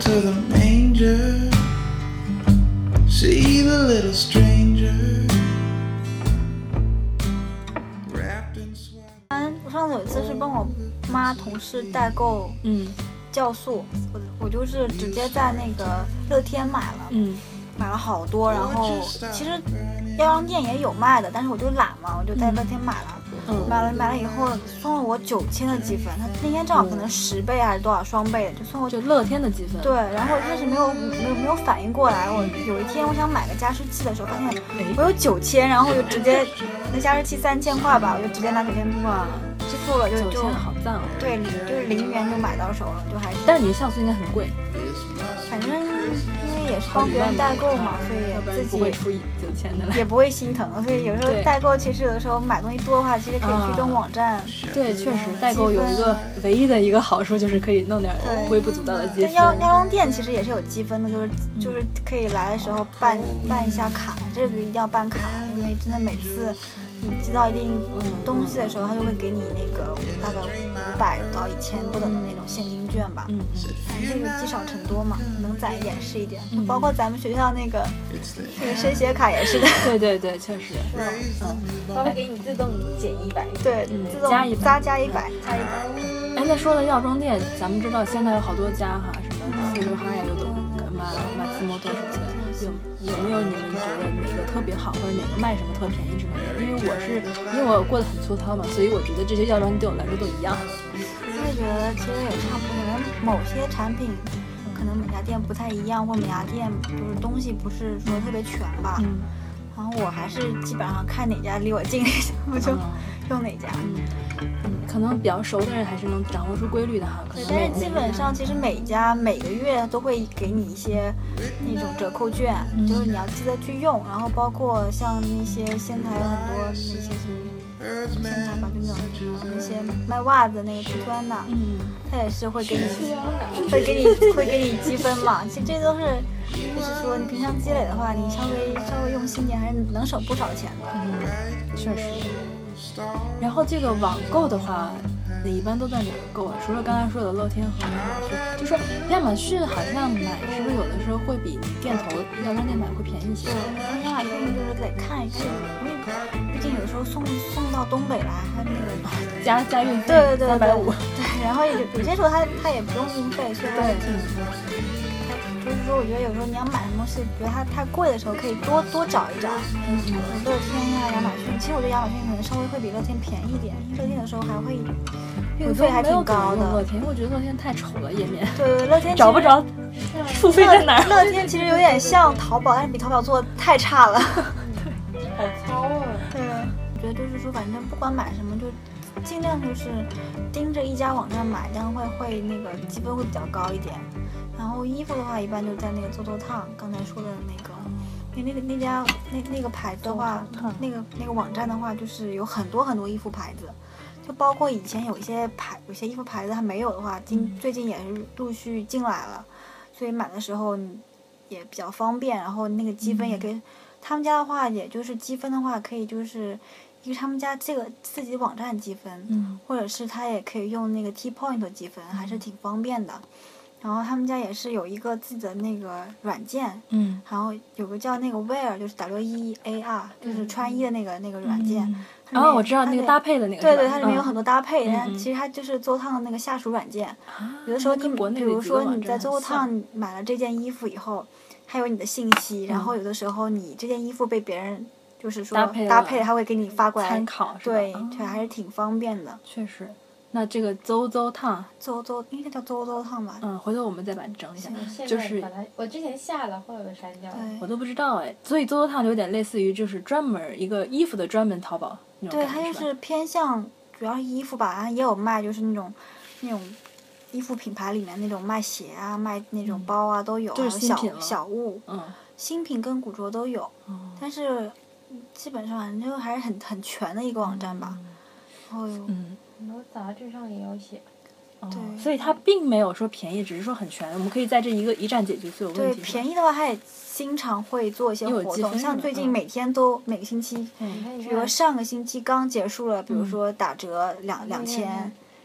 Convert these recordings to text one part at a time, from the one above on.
to the manger, see the little stranger wrapped in swaddling. 我上次有一次是帮我妈同事代购酵素，我就是直接在那个乐天买了，买了好多，然后其实药妆店也有卖的，但是我就懒嘛，我就在乐天买了。买了以后送了我9000的积分，他那天正好可能10倍还是多少双倍的，就送我就乐天的积分。 对，然后我一开始没有反应过来，我有一天我想买个加湿器的时候，发现我有9000，然后我就直接那加湿器3000块吧，我就直接拿9000支付了，就好赞哦。 对，就是0元就买到手了，就还是。 但是你的酵素应该很贵。 反正因为也是帮别人代购嘛，所以自己不会出9000的了， 也不会心疼，所以有时候代购其实有的时候买东西多的话，其实可以去这种网站。 对，确实代购有一个唯一的一个好处就是可以弄点微不足道的积分。 药妆店其实也是有积分的，就是可以来的时候办一下卡，这个一定要办卡，因为真的每次你积到一定东西的时候，他就会给你那个大概500到1000不等的那种现金券吧。反正这个积少成多嘛，能攒一点是一点。包括咱们学校那个升学卡也是的。 对，确实。 他会给你自动减100。 对，自动加100。 哎，那说到药妆店，咱们知道现在有好多家哈，什么四六哈呀，有马自摩多什么的，有没有你们觉得哪个特别好，或者哪个卖什么特便宜之类的？因为我过得很粗糙嘛，所以我觉得这些药妆对我来说都一样。 我也觉得其实也差不多，可能某些产品可能每家店不太一样，或每家店就是东西不是说特别全吧。然后我还是基本上看哪家离我近，我就用哪家。 可能比较熟的人还是能掌握出规律的哈。可能但是基本上其实每家每个月都会给你一些那种折扣券，就是你要记得去用。然后包括像那些仙台有很多那些什么仙台吧，就那些卖袜子那个出端的，他也是会给你积分嘛。其实这都是就是说你平常积累的话，你稍微用心点，还是能省不少钱的。 确实。然后这个网购的话，你一般都在哪儿购啊？除了刚才说的乐天和亚马逊，就说亚马逊好像买是不是有的时候会比你店头药妆店买会便宜一些？ 亚马逊就是得看一看，因为毕竟有时候送到东北来，还那个加运费， 对 350。 对，然后有些时候他也不用运费，所以还挺。就是说，我觉得有时候你要买什么东西，觉得它太贵的时候，可以多找一找。乐天呀、亚马逊，其实我觉得亚马逊可能稍微会比乐天便宜一点，因为乐天有时候还会运费还挺高的。 乐天，因为我觉得乐天太丑了，页面。 对，乐天找不着付费在哪儿。 乐天其实有点像淘宝，但是比淘宝做的太差了。 好糙啊！ 对，我觉得就是说，反正不管买什么，就尽量就是盯着一家网站买，这样会那个积分会比较高一点。然后衣服的话，一般就在那个ZOZOTOWN刚才说的那个，那家那个牌子的话，那个网站的话，就是有很多衣服牌子，就包括以前有些衣服牌子它没有的话，最近也是陆续进来了，所以买的时候也比较方便。然后那个积分也可以，他们家的话，也就是积分的话，可以就是一个他们家这个自己网站积分，或者是他也可以用那个 T-Point 积分，还是挺方便的。然后他们家也是有一个自己的那个软件，然后有个叫那个 Wear， 就是 WEAR， 就是穿衣的那个软件。 我知道那个搭配的那个。 对，它里面有很多搭配，但其实它就是ZOZOTOWN的那个下属软件。有的时候比如说你在ZOZOTOWN买了这件衣服以后，还有你的信息，然后有的时候你这件衣服被别人就是说搭配，他会给你发过来参考， 对，还是挺方便的。 确实。那这个ZOZOTOWN， 应该叫ZOZOTOWN吧？ 回头我们再把它整一下。就是我之前下了，后来删掉了。 我都不知道哎，所以ZOZOTOWN有点类似于就是专门一个衣服的专门淘宝那种感觉。 对，它就是偏向主要是衣服吧，它也有卖就是那种衣服品牌里面那种卖鞋啊、卖那种包啊都有， 还有小物，新品跟古着都有。但是基本上反正就还是很全的一个网站吧。然后很多杂志上也有写。 对， 所以它并没有说便宜，只是说很全。我们可以在这一站解决所有问题。 对，便宜的话，它也经常会做一些活动，像最近每个星期，比如上个星期刚结束了，比如说打折2000，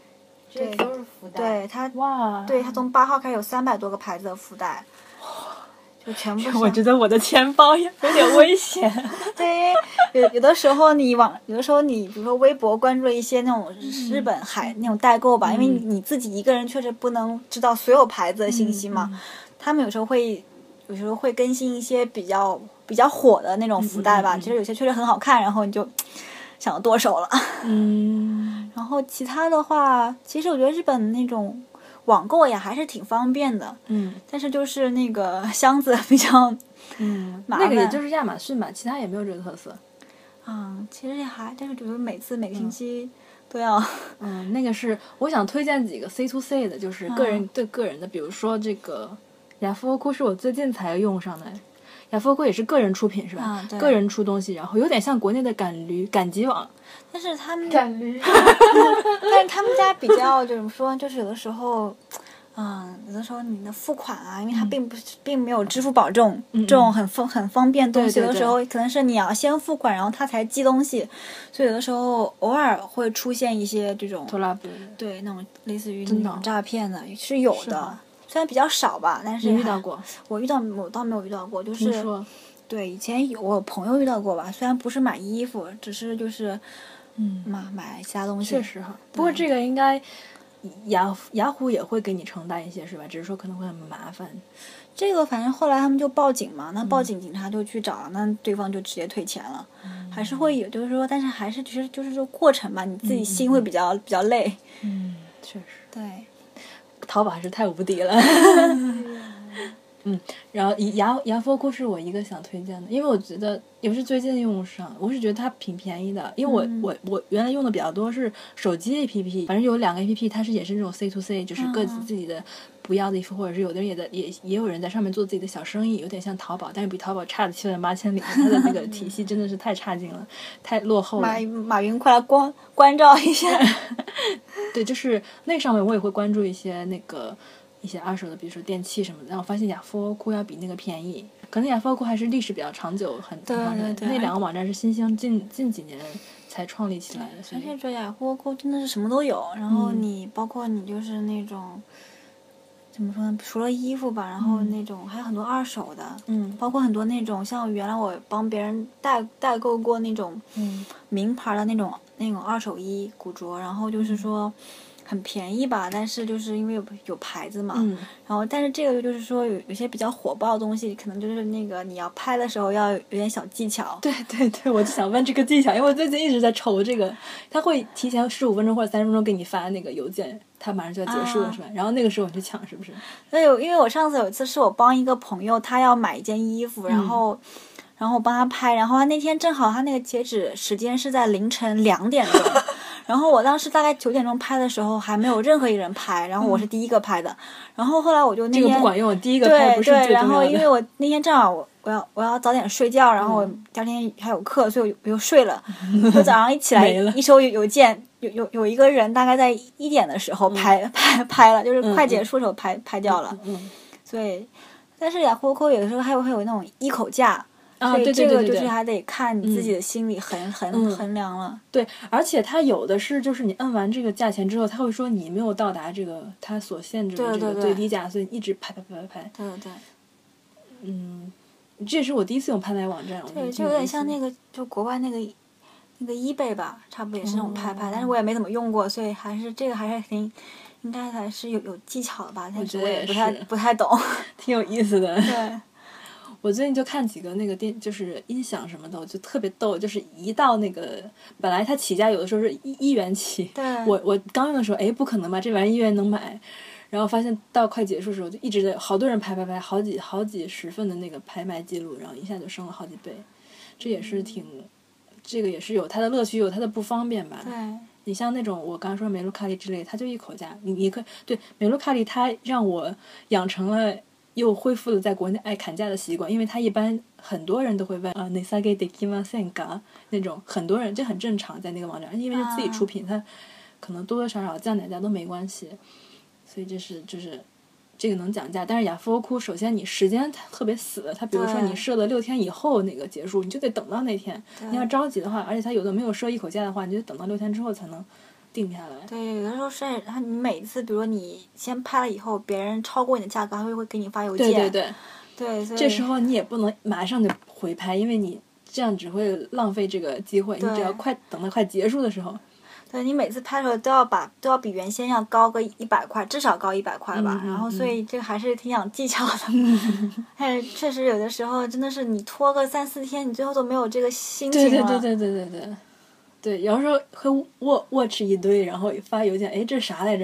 这些都是福袋。 对它， 哇， 对它从8号开始有300多个牌子的福袋，就全部我觉得我的钱包也有点危险。 对，有的时候你比如说微博关注了一些那种日本那种代购吧，因为你自己一个人确实不能知道所有牌子的信息嘛，他们有时候会更新一些比较火的那种福袋吧，其实有些确实很好看，然后你就想要剁手了。然后其他的话，其实我觉得日本那种网购也还是挺方便的，但是就是那个箱子比较麻烦。 那个也就是亚马逊吧，其他也没有这个特色。 其实也还，但是就是每个星期都要。 那个是我想推荐几个 C to C 的，就是个人对个人的，比如说这个雅夫库是我最近才用上的。雅夫库也是个人出品是吧？ 对， 个人出东西，然后有点像国内的赶集网， 但是他们赶驴， 但是他们家比较就怎么说，就是有的时候，有的时候你的付款啊，因为它并没有支付宝这种很方便的东西，有的时候可能是你要先付款，然后它才寄东西，所以有的时候偶尔会出现一些这种拖拉布， 对那种类似于那种诈骗的是有的。虽然比较少吧，但是你遇到过？ 我倒没有遇到过，就是听说对以前我朋友遇到过吧，虽然不是买衣服，只是就是买其他东西。 确实哈，不过这个应该雅虎也会给你承担一些是吧？只是说可能会很麻烦。 这个反正后来他们就报警嘛，那报警警察就去找，那对方就直接退钱了，还是会有，就是说，但是还是其实就是说过程吧，你自己心会比较累。 确实。 对。 淘宝还是太无敌了。然后雅夫库是我一个想推荐的，因为我觉得也是最近用上，我是觉得它挺便宜的，因为我原来用的比较多是手机 APP， 反正有2个 APP， 它也是那种 C to C， 就是各自己的不要的衣服，或者是有的人也有人在上面做自己的小生意，有点像淘宝，但是比淘宝差的7万8千里，它的那个体系真的是太差劲了，太落后了。 马云快来关照一下。 对，就是那上面我也会关注一些一些二手的，比如说电器什么的，然后发现雅夫库要比那个便宜，可能雅夫库还是历史比较长久，很长的。那2个网站是新兴近几年才创立起来的。 而且这雅夫库真的是什么都有，然后包括你就是那种怎么说呢？除了衣服吧，然后那种还有很多二手的，包括很多那种像原来我帮别人代购过那种名牌的那种二手衣古着，然后就是说很便宜吧，但是就是因为有牌子嘛，然后但是这个就是说有些比较火爆的东西，可能就是那个你要拍的时候要有点小技巧。 对，我就想问这个技巧，因为我最近一直在愁这个，他会提前15分钟或者30分钟给你发那个邮件，他马上就要结束了是吧？然后那个时候你去抢是不是？ 对，因为我上次有一次是我帮一个朋友，他要买一件衣服，然后我帮他拍，然后他那天正好他那个截止时间是在凌晨2点钟。然后我当时大概9点钟拍的时候，还没有任何一人拍，然后我是第一个拍的。然后后来我就那天这个不管用，第一个拍不是最重要的。 对，然后因为我那天正好我要早点睡觉，然后我第二天还有课，所以我又睡了。就早上一起来一收邮件，有一个人大概在1点的时候拍了，就是快结束的时候拍掉了。所以，但是雅虎库有的时候还会有那种1口价。所以这个就是还得看你自己的心理衡量了。 对，而且它有的是，就是你摁完这个价钱之后，他会说你没有到达这个它所限制的这个最低价，所以一直拍。 对。 这也是我第一次用拍卖网站。 对，就有点像那个，就国外那个 eBay 吧，差不多也是那种拍，但是我也没怎么用过，所以还是应该还是有技巧的吧，但是我也不太懂， 挺有意思的。 对。 我最近就看几个那个就是音响什么的，我就特别逗，就是一到那个本来它起价有的时候是1元起， 对， 我刚用的时候，不可能吧，这玩意1元能买，然后发现到快结束的时候就一直在好多人拍，好几十份的那个拍卖记录，然后一下就升了好几倍，这也是这个也是有它的乐趣，有它的不方便吧。 对， 你像那种我刚说美露卡利之类，它就1口价，你可以对美露卡利，它让我养成了。又恢复了在国内爱砍价的习惯，因为他一般很多人都会问値下げできませんか那种，很多人这很正常，在那个网站，因为是自己出品，他可能多多少少降点价都没关系，所以就是这个能讲价。但是雅夫库首先你时间特别死，他比如说你设了6天以后那个结束，你就得等到那天。你要着急的话，而且他有的没有设1口价的话，你就等到6天之后才能定下来。 对，有的时候是你每一次，比如说你先拍了以后，别人超过你的价格，他会给你发邮件。 对对对， 对，所以这时候你也不能马上就回拍，因为你这样只会浪费这个机会。你只要等到快结束的时候。 对，你每次拍的时候都要比原先要高个100块，至少高100块吧。然后所以这个还是挺讲技巧的。但是确实有的时候真的是你拖个3-4天，你最后都没有这个心情了。 对，有时候会watch 一堆，然后发邮件，哎，这是啥来着？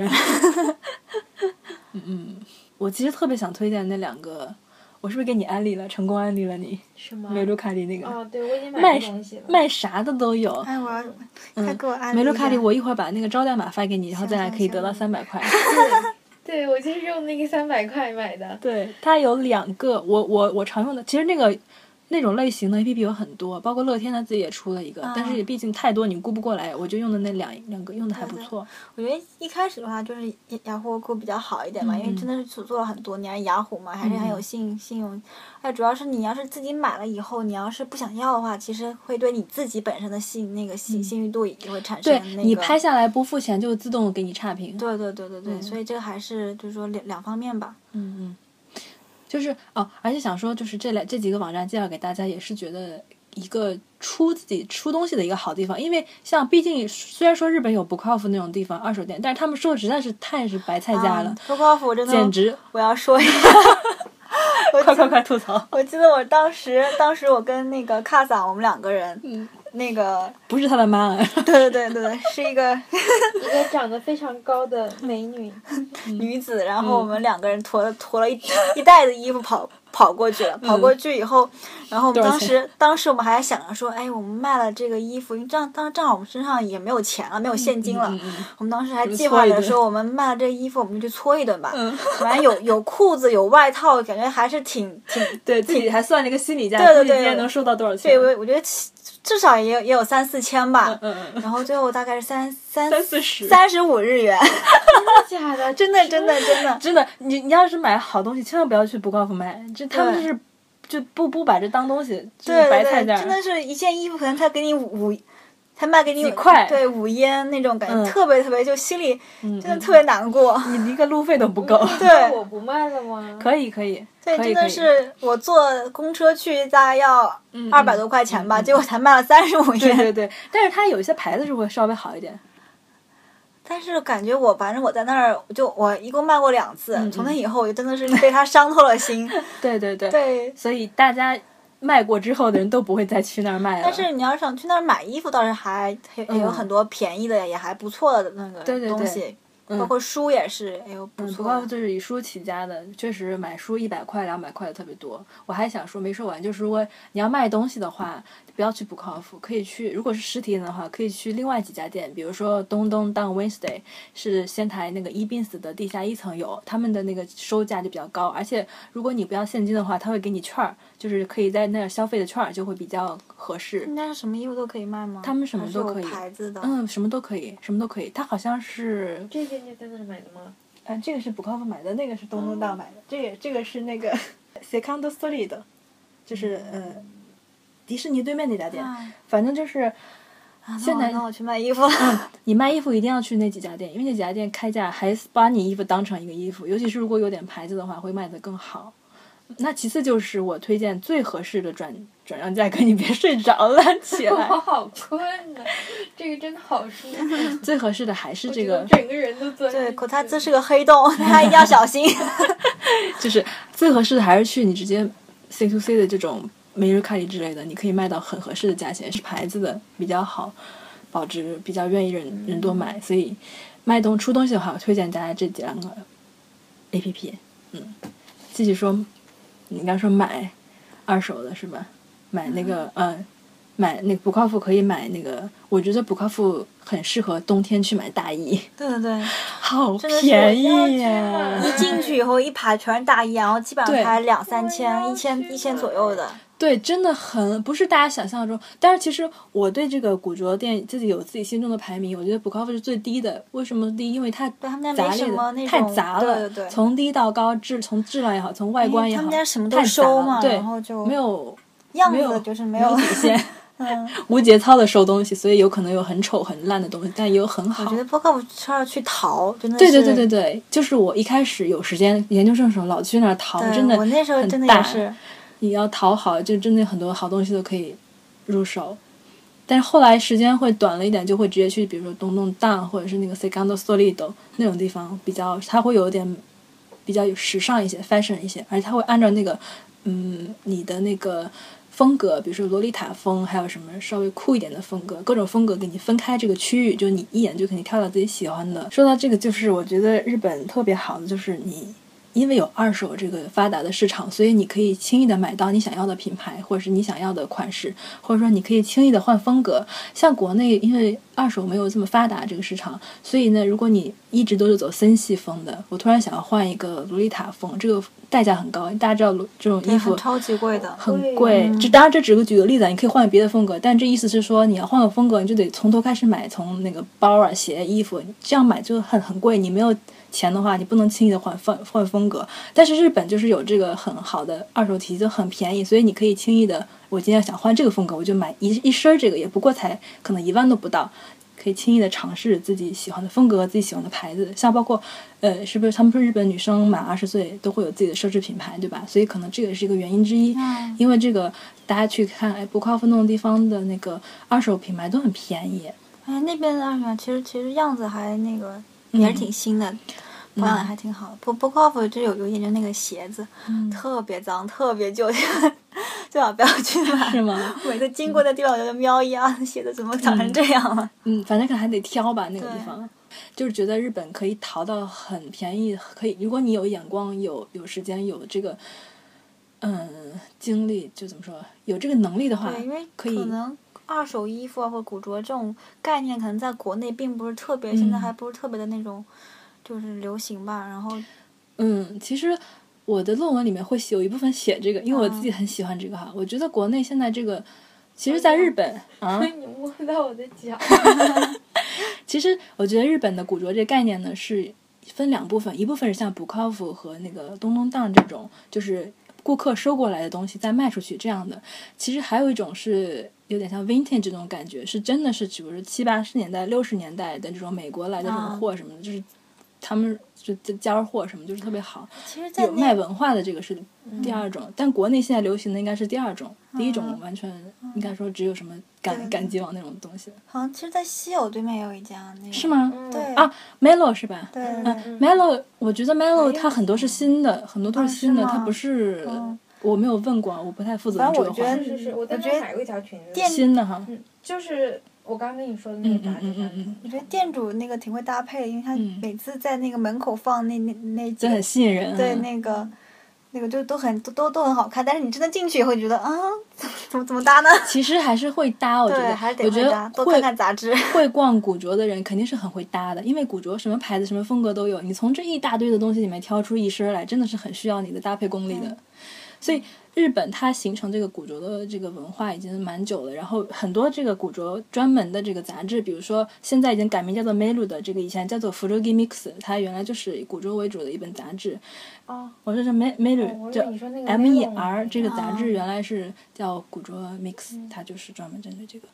我其实特别想推荐那2个。我是不是给你安利了？成功安利了你？ 是吗？ 梅卢卡里那个。 哦，对，我已经买东西了。 卖啥的都有。 哎，我要快给我安利。 梅卢卡里，我一会儿把那个招待码发给你，然后咱俩可以得到300块。 对，我就是用那个300块买的。 对，它有2个，我常用的，其实那种类型的 APP 有很多，包括乐天它自己也出了一个，但是也毕竟太多你顾不过来，我就用的那两个用的还不错。 我觉得一开始的话就是雅虎比较好一点嘛，因为真的是做了很多年，雅虎嘛还是很有信用。主要是你要是自己买了以后，你要是不想要的话，其实会对你自己本身的信誉度也会产生那个。 对，你拍下来不付钱就自动给你差评。 对，所以这个还是就是说两方面吧。 就是而且想说，就是这几个网站介绍给大家，也是觉得一个自己出东西的一个好地方。因为像毕竟虽然说日本有 Bookoff 那种地方2手店，但是他们说的实在是太是白菜价了。 Bookoff 真的简直， 我要说一下。 快吐槽！ 我记得我当时我跟那个卡桑，我们2个人。那个不是他的妈对，是一个长得非常高的美女女子，然后我们2个人驮了一袋子衣服跑过去了。跑过去以后，然后我们当时我们还想着说，哎，我们卖了这个衣服，因为正好我们身上也没有钱了，没有现金了。我们当时还计划着说，我们卖了这个衣服，我们就去搓一顿吧。反正有裤子有外套，感觉还是挺对自己还算了一个心理价， 对， 今天能收到多少钱？ 对，我觉得至少也有3-4千吧。然后最后大概是35日元。 真的假的？ 真的， 你要是买好东西，千万不要去Bookoff买，他们就是就不把这当东西，就是白菜价。 真的是一件衣服可能才给你才卖给你几块， 对，5yen那种感觉，特别就心里真的特别难过。 你一个路费都不够。 对， 我不卖了吗？ 可以。 对，真的是我坐公车去大概要200多块钱吧，结果才卖了35元。 对，但是它有一些牌子是会稍微好一点。 但是感觉反正我在那儿我一共卖过2次，从那以后我就真的是被他伤透了心。 对，所以大家卖过之后的人都不会再去那儿卖了。 但是你要想去那儿买衣服，倒是也有很多便宜的，也还不错的那个东西。包括书也是，哎呦不错。 Bookoff就是以书起家的，确实买书100块、200块的特别多。我还想说没说完，就是如果你要卖东西的话，不要去 Bookoff， 可以去，如果是实体店的话，可以去另外几家店，比如说东Down Wednesday 是仙台那个Ebins的地下1层有，他们的那个收价就比较高，而且如果你不要现金的话，他会给你券儿，就是可以在那儿消费的券儿就会比较合适。 应该是什么衣服都可以卖吗？ 他们什么都可以， 牌子的。 什么都可以。它好像是这件就在那儿买的吗？ 这个是 Bookoff 买的，那个是东Down买的，这个是那个 Second Street 的，就是迪士尼对面那家店。反正就是现在那我去卖衣服。 你卖衣服一定要去那几家店，因为那几家店开价还把你衣服当成一个衣服，尤其是如果有点牌子的话，会卖得更好。那其次就是我推荐最合适的转让价格，你别睡着了，起来。 我好困啊，这个真的好舒服。 最合适的还是这个， 整个人都钻。 对，可它这是个黑洞，大家一定要小心。 就是最合适的还是去你直接 C2C 的这种梅日卡里之类的，你可以卖到很合适的价钱，是牌子的比较好，保值，比较愿意人多买。所以出东西的话，我推荐大家这2个 APP。继续说。你刚说买2手的是吧？买那个买那个 Bookoff 可以买那个，我觉得 Bookoff 很适合冬天去买大衣。 对， 好便宜呀！ 一进去以后一排全是大衣，然后基本上才2-3千，1000左右的。 对，真的不是大家想象中。但是其实我对这个古着店自己有自己心中的排名，我觉得 Bookoff 是最低的。为什么低？因为它他们家没什么那种太杂了， 对， 从低到高从质量也好，从外观也好， 他们家什么都收嘛， 对， 然后就没有样子就是没有底线。 无节操的收东西，所以有可能有很丑很烂的东西，但也有很好。 我觉得播客是要去淘，真的对是。 对，就是我一开始有时间研究生的时候老去那儿淘，真的我那时候真的也是。 你要淘好，就真的很多好东西都可以入手。但是后来时间会短了一点，就会直接去比如说东东档或者是那个 Secondo Solido 那种地方，比较它会有点比较有时尚一些 fashion 一些，而且它会按照那个你的那个风格，比如说洛丽塔风，还有什么稍微酷一点的风格，各种风格给你分开这个区域，就你一眼就可以挑到自己喜欢的。说到这个，就是我觉得日本特别好的就是你因为有二手这个发达的市场，所以你可以轻易的买到你想要的品牌，或者是你想要的款式，或者说你可以轻易的换风格。像国内因为二手没有这么发达这个市场，所以呢，如果你一直都是走森系风的，我突然想要换一个洛丽塔风，这个代价很高。大家知道这种衣服超级贵的， 很贵。当然这只是举个例子，你可以换别的风格，但这意思是说你要换个风格，你就得从头开始买，从那个包啊、鞋、衣服，这样买就很贵。你没有钱的话，你不能轻易的换风格。但是日本就是有这个很好的二手体系，就很便宜，所以你可以轻易的，我今天想换这个风格，我就买一身这个，也不过才可能1万都不到，可以轻易的尝试自己喜欢的风格、自己喜欢的牌子。像包括是不是他们说日本女生满20岁都会有自己的奢侈品牌，对吧？所以可能这个是一个原因之一。因为这个大家去看布考夫那种地方的那个二手品牌都很便宜。 那边的二手其实样子还那个也是挺新的。保养的还挺好的。布考夫就有一点就那个鞋子，特别脏特别旧，最好不要去买。 是吗？ 每次经过的地方，我就瞄一眼，鞋子怎么长成这样了？ 反正可能还得挑吧，那个地方。就是觉得日本可以淘到很便宜，可以，如果你有眼光、有时间、有这个精力，就怎么说，有这个能力的话， 对，因为可以。 可能二手衣服啊或者古着这种概念，可能在国内并不是特别，现在还不是特别的那种。就是流行吧，然后， 其实我的论文里面会有一部分写这个，因为我自己很喜欢这个哈。我觉得国内现在这个，其实在日本你摸到我的脚。 其实我觉得日本的古着这个概念呢是分2部分，一部分是像布考夫和那个东东档这种，就是顾客收过来的东西再卖出去这样的。其实还有一种是有点像 vintage 这种感觉，是真的是比如说70、80年代、60年代的这种美国来的这种货什么的，就是他们就尖货什么就是特别好。 其实有卖文化的这个是第2种，但国内现在流行的应该是第2种，第1种完全应该说只有什么赶集网那种东西。 好像其实在西友对面也有一家那个。 是吗？ 对啊 Melo 是吧？ 对 Melo 我觉得 Melo 它很多是新的，很多都是新的，它不是我没有问过，我不太负责任这个话。 反正是我在那买过一条裙子， 新的哈。 就是我刚跟你说的那个杂志上。 我觉得店主那个挺会搭配的，因为他每次在那个门口放那就很吸引人。 对，那个就都很好看，但是你真的进去以后觉得怎么搭呢？ 其实还是会搭，我觉得还是得会搭，多看看杂志。 会逛古着的人肯定是很会搭的，因为古着什么牌子什么风格都有，你从这一大堆的东西里面挑出一身来，真的是很需要你的搭配功力的。所以日本它形成这个古着的这个文化已经蛮久了，然后很多这个古着专门的这个杂志，比如说现在已经改名叫做 Melu 的这个以前叫做 Furugi Mix， 它原来就是以古着为主的一本杂志。我说是 Melu 叫 MER 这个杂志原来是叫古着 Mix， 它就是专门针对这个。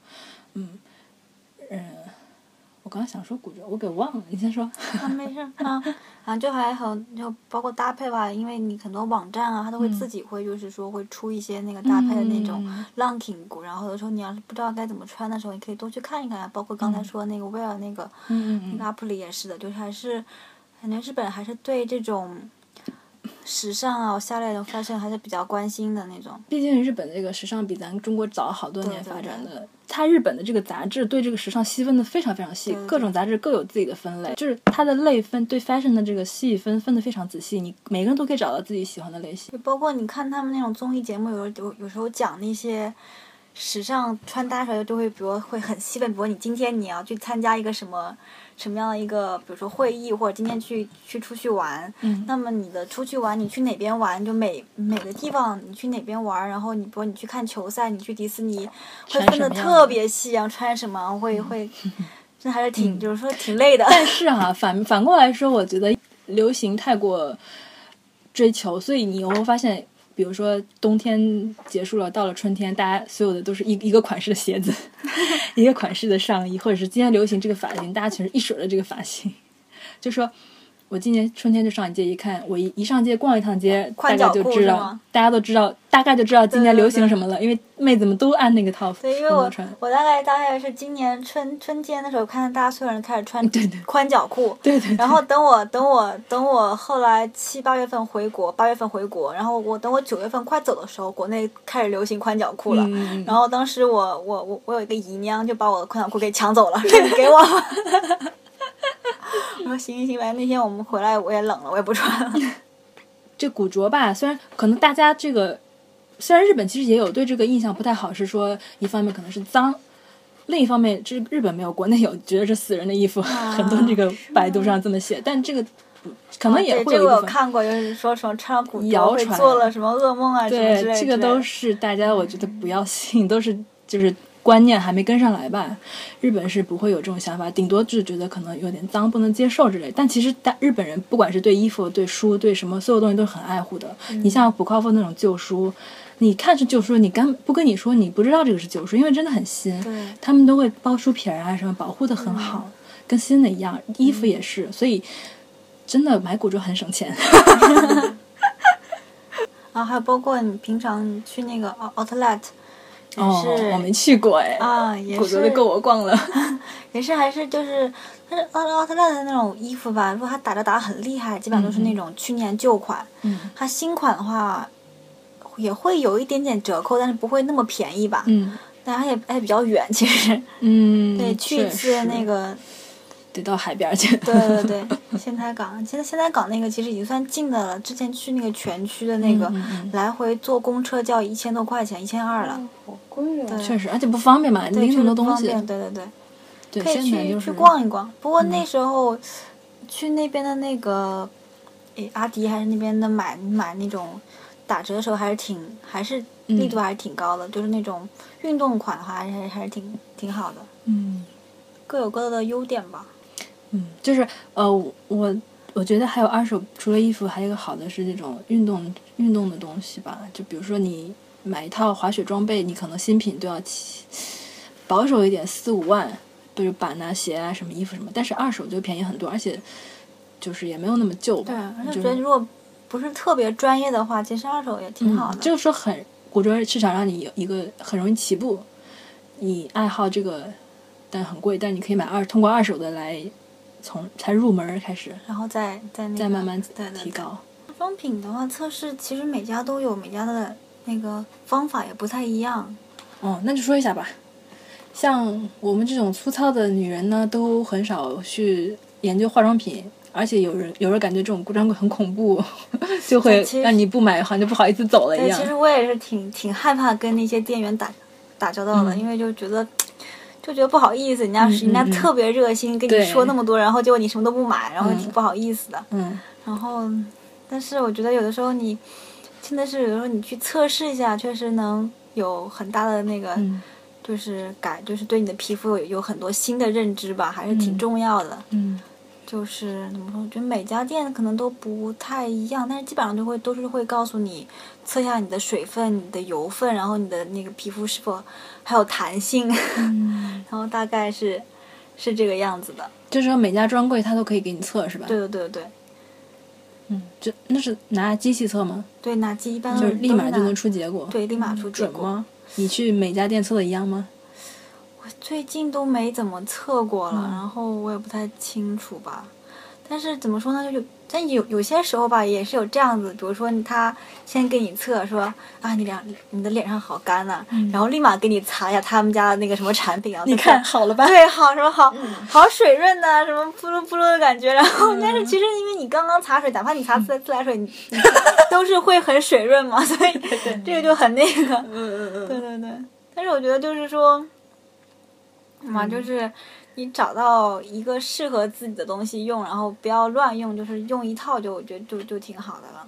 我刚刚想说古着，我给忘了，你先说。 没事就还很就包括搭配吧，因为你很多网站啊，它都会自己会就是说会出一些那个搭配的那种 ranking 股，然后有时候你要是不知道该怎么穿的时候，你可以多去看一看，包括刚才说那个 Wear 那个那个 Apple 也是的，就是还是感觉日本还是对这种时尚啊、下列的 fashion 还是比较关心的那种。毕竟日本这个时尚比咱中国早好多年发展的。它日本的这个杂志对这个时尚细分的非常非常细，各种杂志各有自己的分类，就是它的类分对 fashion 的这个细分的非常仔细，你每个人都可以找到自己喜欢的类型。 包括你看他们那种综艺节目，有时候讲那些时尚穿搭时候就会，比如会很细分，比如你今天你要去参加一个什么样的一个，比如说会议，或者今天出去玩，那么你的出去玩，你去哪边玩，就每个地方你去哪边玩，然后比如你去看球赛，你去迪士尼，会分得特别细，然后穿什么会，这还是就是说挺累的。 但是反过来说，我觉得流行太过追求，所以你有没有发现？ 比如说冬天结束了，到了春天，大家所有的都是一个款式的鞋子，一个款式的上衣，或者是今天流行这个发型，大家全是一水的这个发型。就说我今年春天就上街一看，我一上街逛一趟街，大概就知道，大家都知道，大概就知道今年流行什么了，因为妹子们都按那个套服。 对，因为我大概是今年春天的时候，看到大家所有人开始穿宽脚裤。 对对。 然后等我后来8月份回国，然后等我9月份快走的时候，国内开始流行宽脚裤了。然后当时我有一个姨娘就把我的宽脚裤给抢走了，说你给我吧。我说行，反正那天我们回来我也冷了，我也不穿了。 这古着吧，虽然可能大家这个，虽然日本其实也有对这个印象不太好，是说一方面可能是脏，另一方面这日本没有，国内有，觉得是死人的衣服，很多这个百度上这么写，但这个可能也会有一部分。 这个我有看过，就是说什么穿上古着会做了什么噩梦啊什么之类的。 对，这个都是大家我觉得不要信，都是就是观念还没跟上来吧。日本是不会有这种想法，顶多就是觉得可能有点脏不能接受之类，但其实日本人不管是对衣服对书对什么所有东西都是很爱护的。你像普靠夫那种旧书，你看是旧书，你不跟你说你不知道这个是旧书，因为真的很新，他们都会包书皮啊什么，保护的很好，跟新的一样。衣服也是，所以真的买古着很省钱。 然后还有包括你平常去那个 outlet。 我没去过哎也是古着的够我逛了。 也是还是就是但是奥特莱的那种衣服吧，如果它打得很厉害，基本上都是那种去年旧款。它新款的话也会有一点点折扣，但是不会那么便宜吧。但它也比较远，其实。对，去一次那个得到海边去。 对，仙台港，现在仙台港那个其实已经算近的了。之前去那个全区的那个，来回坐公车就要1000多块钱，1200了。 好贵啊！ 确实，而且不方便嘛，拎那么多东西。 对，可以去逛一逛。不过那时候去那边的那个，阿迪还是那边的买那种打折的时候，还是力度还是挺高的，就是那种运动款的话，还是挺好的。各有各的优点吧。 就是我觉得还有二手，除了衣服，还有一个好的是这种运动的东西吧。就比如说你买一套滑雪装备，你可能新品都要保守一点4-5万，比如板啊、鞋啊、什么衣服什么，但是二手就便宜很多，而且就是也没有那么旧吧。 对，而且觉得如果不是特别专业的话，其实二手也挺好的。 就是说古着市场让你有一个很容易起步，你爱好这个，但很贵，但你可以通过二手的来才入门开始， 然后再慢慢提高。 化妆品的话，测试其实每家都有每家的那个方法也不太一样。 那就说一下吧。像我们这种粗糙的女人呢，都很少去研究化妆品，而且有人感觉这种专柜很恐怖，就会让你不买好像就不好意思走了一样。 其实我也是挺害怕跟那些店员打交道的，因为就觉得不好意思，人家特别热心跟你说那么多，然后结果你什么都不买，然后挺不好意思的。然后但是我觉得有的时候真的是有的时候你去测试一下，确实能有很大的那个就是对你的皮肤有很多新的认知吧，还是挺重要的。就是怎么说，我觉得每家店可能都不太一样，但是基本上都是会告诉你测一下你的水分、你的油分，然后你的那个皮肤是否还有弹性，然后大概是这个样子的。 就是说每家专柜它都可以给你测是吧？ 对。 那是拿机器测吗？ 对，拿机一般就是立马就能出结果。 对，立马出结果。 准吗？你去每家店测的一样吗？ 我最近都没怎么测过了，然后我也不太清楚吧。但是怎么说呢，但有些时候吧，也是有这样子，比如说他先给你测说啊，你的脸上好干呐，然后立马给你擦一下他们家的那个什么产品啊， 你看好了吧？ 对，好什么好水润呐，什么扑噜扑噜的感觉，然后但是其实因为你刚刚擦水，哪怕你擦自来水，你都是会很水润嘛，所以这个就很那个，对。但是我觉得就是说，就是你找到一个适合自己的东西用，然后不要乱用，就是用一套我觉得就挺好的了。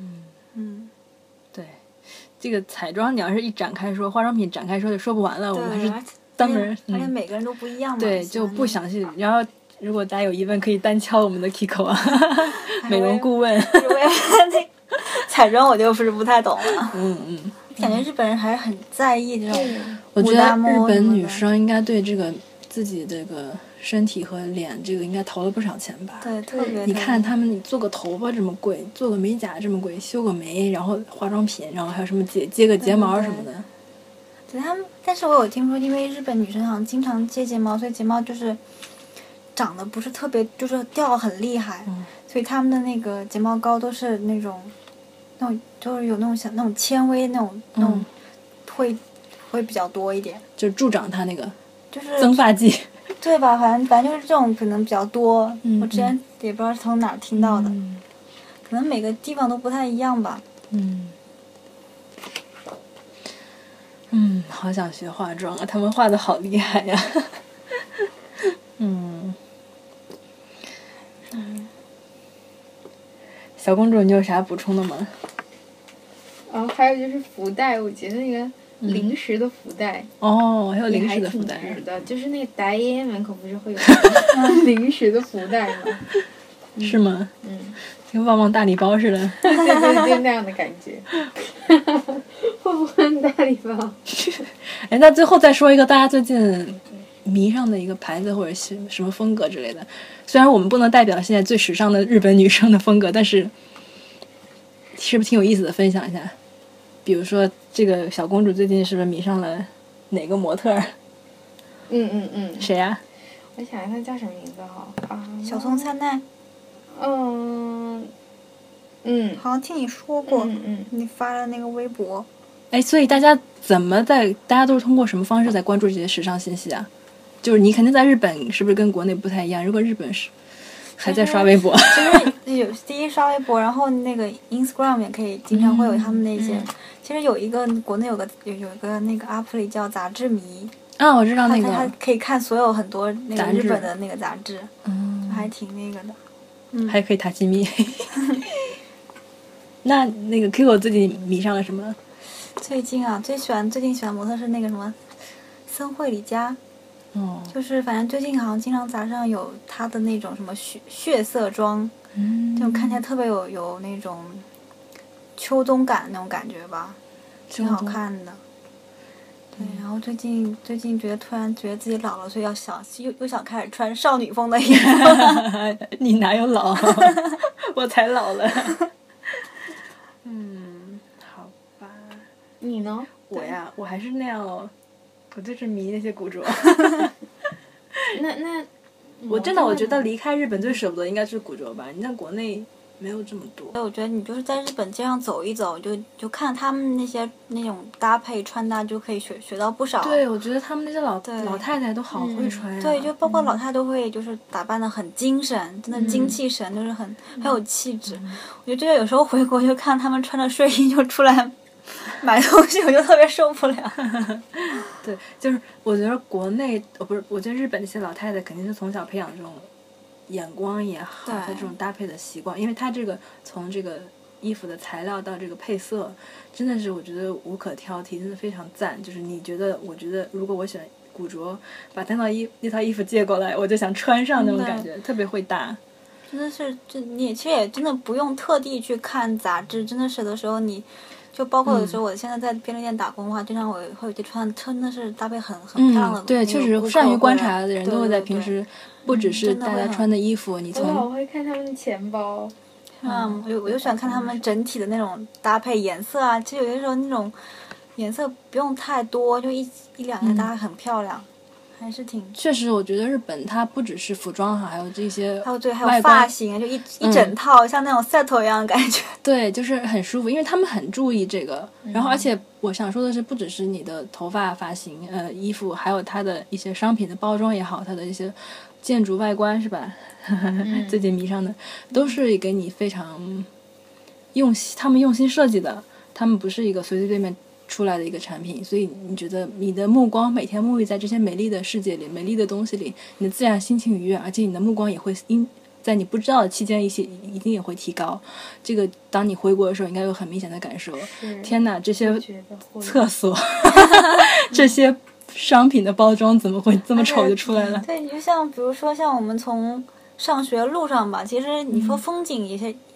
对，这个彩妆你要是一展开说，化妆品展开说就说不完了，我们还是专门， 而且每个人都不一样嘛。 对，就不详细。然后如果大家有疑问，可以单敲我们的 Kiko 啊，美容顾问。 彩妆我就是不太懂了。 嗯， 感觉日本人还是很在意这种我觉得日本女什么的生应该对这个自己这个身体和脸这个应该投了不少钱吧。 对特别你看他们，你做个头发这么贵，做个美甲这么贵，修个眉，然后化妆品，然后还有什么接个睫毛什么的。 对他们，但是我有听说，因为日本女生好像经常接睫毛，所以睫毛就是长得不是特别，就是掉很厉害，所以他们的那个睫毛膏都是那种就是有那种像那种纤维那种会比较多一点， 就助长它那个就是增发剂。 对吧？反正就是这种可能比较多。 嗯我之前也不知道是从哪儿听到的， 嗯可能每个地方都不太一样吧。 好想学化妆啊！他们画的好厉害呀。小公主，你有啥补充的吗？ 然后还有就是福袋，我觉得那个零食的福袋。 哦，还有零也还挺食的福袋。 值的，就是那个大爷门口不是会有零食的福袋吗？ 是吗？跟旺旺大礼包似的。 对对对，那样的感觉。旺旺大礼包。 哎，那最后再说一个大家最近迷上的一个牌子或者是什么风格之类的。虽然我们不能代表现在最时尚的日本女生的风格，但是是不是挺有意思的？分享一下。比如说，这个小公主最近是不是迷上了哪个模特儿？谁呀？ 我想一下叫什么名字好啊？ 小松菜奈，好像听你说过，你发了那个微博。 哎，所以大家大家都是通过什么方式在关注这些时尚信息啊？就是你肯定在日本，是不是跟国内不太一样？如果日本是还在刷微博， 就是有第一刷微博，然后那个 Instagram 也可以经常会有他们那些。其实有一个国内有一个那个 app 里叫杂志迷啊，我知道那个， 它可以看所有很多那个日本的那个杂志，还挺那个的。 还可以塔西米。那个 Kiko 最近迷上了什么？ 最近喜欢模特是那个什么森惠里佳。就是反正最近好像经常杂志上有她的那种什么血色妆，这种看起来特别有那种秋冬感那种感觉吧，挺好看的。对，然后最近突然觉得自己老了，所以又想开始穿少女风的衣服。 你哪有老？我才老了。好吧。 你呢？ 我呀，我还是那样哦。我就是迷那些古着。 那我真的我觉得离开日本最舍不得应该是古着吧。你在国内没有这么多。 我觉得你就是在日本街上走一走，就看他们那种搭配穿搭，就可以学到不少。 对，我觉得他们那些老太太都好会穿呀。 对，就包括老太太都会就是打扮得很精神，真的精气神，就是很有气质。我觉得有时候回国就看他们穿着睡衣就出来买东西，我就特别受不了。 对，就是我觉得国内不是，我觉得日本那些老太太肯定是从小培养这种眼光也好，她这种搭配的习惯，因为她这个从这个衣服的材料到这个配色，真的是我觉得无可挑剔，真的非常赞。就是我觉得如果我选古着，把那套衣服借过来，我就想穿上那种感觉，特别会搭。 真的是，你其实也真的不用特地去看杂志，真的是有的时候你。就包括有时候我现在在便利店打工的话，经常我会有些真的是搭配很漂亮的。 对，确实善于观察的人都会在平时，不只是大家穿的衣服，你从我会看他们的钱包。 我就喜欢看他们整体的那种搭配颜色啊。其实有些时候那种颜色不用太多，就一两个搭配很漂亮。还是挺确实，我觉得日本它不只是服装哈，还有这些还有发型，就一整套像那种 set 一样的感觉。 对，就是很舒服，因为他们很注意这个。然后，而且我想说的是，不只是你的头发、发型、衣服，还有它的一些商品的包装也好，它的一些建筑外观是吧？最近迷上的都是给你非常他们用心设计的，他们不是一个随随便便出来的一个产品，所以你觉得你的目光每天沐浴在这些美丽的世界里、美丽的东西里，你的自然心情愉悦，而且你的目光也会在你不知道的期间一定也会提高。这个当你回国的时候应该有很明显的感受。天哪，这些厕所这些商品的包装怎么会这么丑就出来了？ 对，就像比如说像我们从上学路上吧，其实你说风景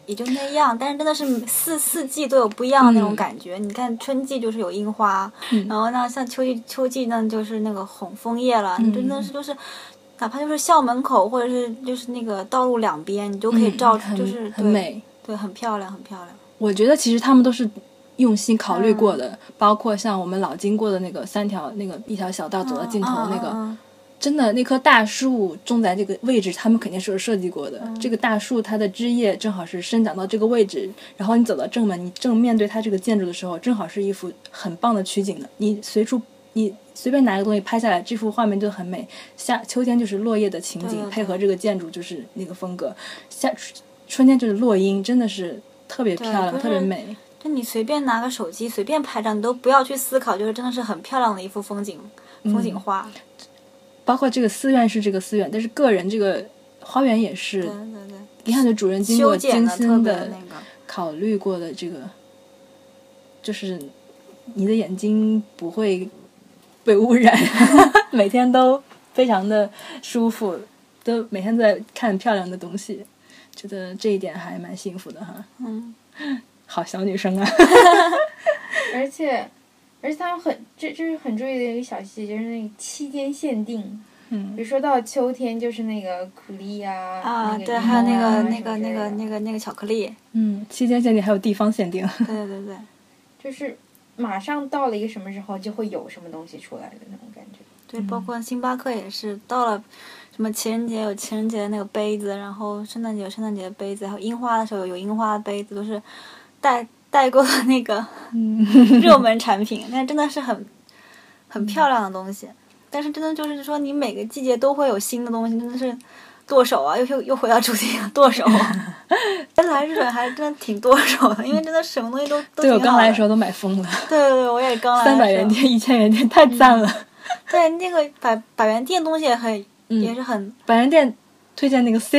也就那样，但是真的是四季都有不一样的那种感觉。你看春季就是有樱花，然后呢像秋季呢就是那个红枫叶了，你真的是就是哪怕就是校门口或者是就是那个道路两边，你都可以照出，就是很美， 对，很漂亮，很漂亮。 我觉得其实他们都是用心考虑过的，包括像我们老经过的那个一条小道走到尽头的那个。真的，那棵大树种在这个位置，他们肯定是有设计过的。这个大树它的枝叶正好是生长到这个位置，然后你走到正门，你正面对它这个建筑的时候，正好是一幅很棒的取景的。你随便拿一个东西拍下来，这幅画面就很美。秋天就是落叶的情景， 对配合这个建筑就是那个风格。春天就是落樱，真的是特别漂亮，特别美。 就你随便拿个手机随便拍照，你都不要去思考，就是真的是很漂亮的一幅风景画。 包括这个寺院是这个寺院，但是个人这个花园也是， 对， 你看这主人经过精心的考虑过的这个，就是你的眼睛不会被污染，每天都非常的舒服，都每天都在看漂亮的东西，觉得这一点还蛮幸福的哈。好小女生啊。 而且他们这是很注意的一个小细节，就是那个7天限定。比如说到秋天就是那个苦力啊， 对，还有那个巧克力。 7天限定还有地方限定。 对， 就是马上到了一个什么时候就会有什么东西出来的那种感觉。 对，包括星巴克也是到了什么情人节有情人节的那个杯子，然后圣诞节有圣诞节的杯子，还有樱花的时候有樱花的杯子，都是代购的那个热门产品，但是真的是很漂亮的东西。但是真的就是说，你每个季节都会有新的东西，真的是剁手啊！又回到主题了，剁手。来日本还真的挺剁手的，因为真的什么东西都挺好的。 对，我刚来的时候都买疯了。 对，我也刚来的时候。 300元店、1000元店太赞了。 对，那个百元店东西也是很。 百元店推荐那个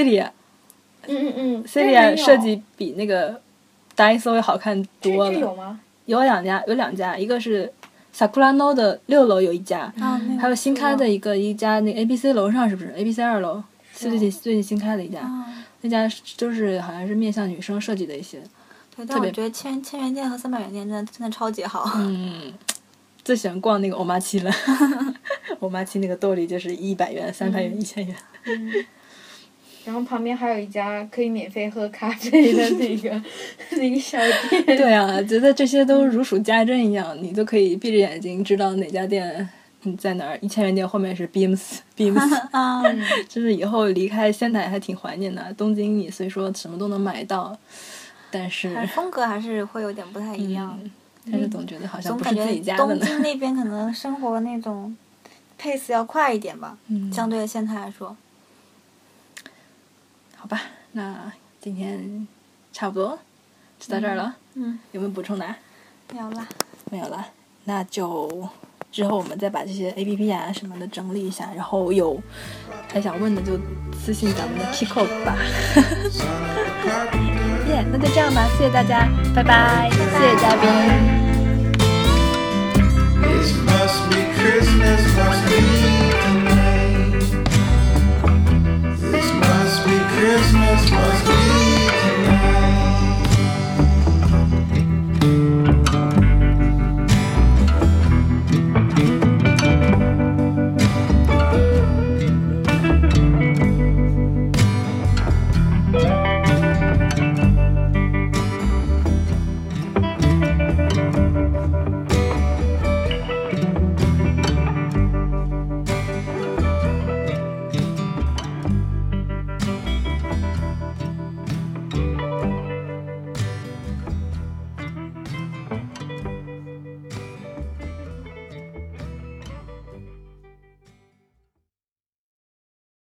Celia。Celia 设计比那个 Daiso 要好看多了。 这有吗？ 有两家，一个是Sakurano 的6楼有一家，还有新开的一家那个 ABC 楼上，是不是 ABC 2楼？最近新开的一家，那家就是好像是面向女生设计的一些。 对，但我觉得千元店和300元店真的超级好。 最喜欢逛那个欧玛七了。欧玛七那个兜里就是100元、300元、1000元。 然后旁边还有一家可以免费喝咖啡的那个小店。 对啊，觉得这些都如数家珍一样，你都可以闭着眼睛知道哪家店在哪儿。1000元店后面是 Beams。就是以后离开仙台还挺怀念的。东京你虽说什么都能买到，但是风格还是会有点不太一样。 但是总觉得好像不是自己家的呢。 东京那边可能生活那种 pace 要快一点吧，相对仙台来说。 好吧，那今天差不多就到这儿了。有没有补充的？没有了，那就之后我们再把这些 APP 啊什么的整理一下，然后有还想问的就私信咱们的 Kiko 吧。那就这样吧，谢谢大家，拜拜，谢谢嘉宾。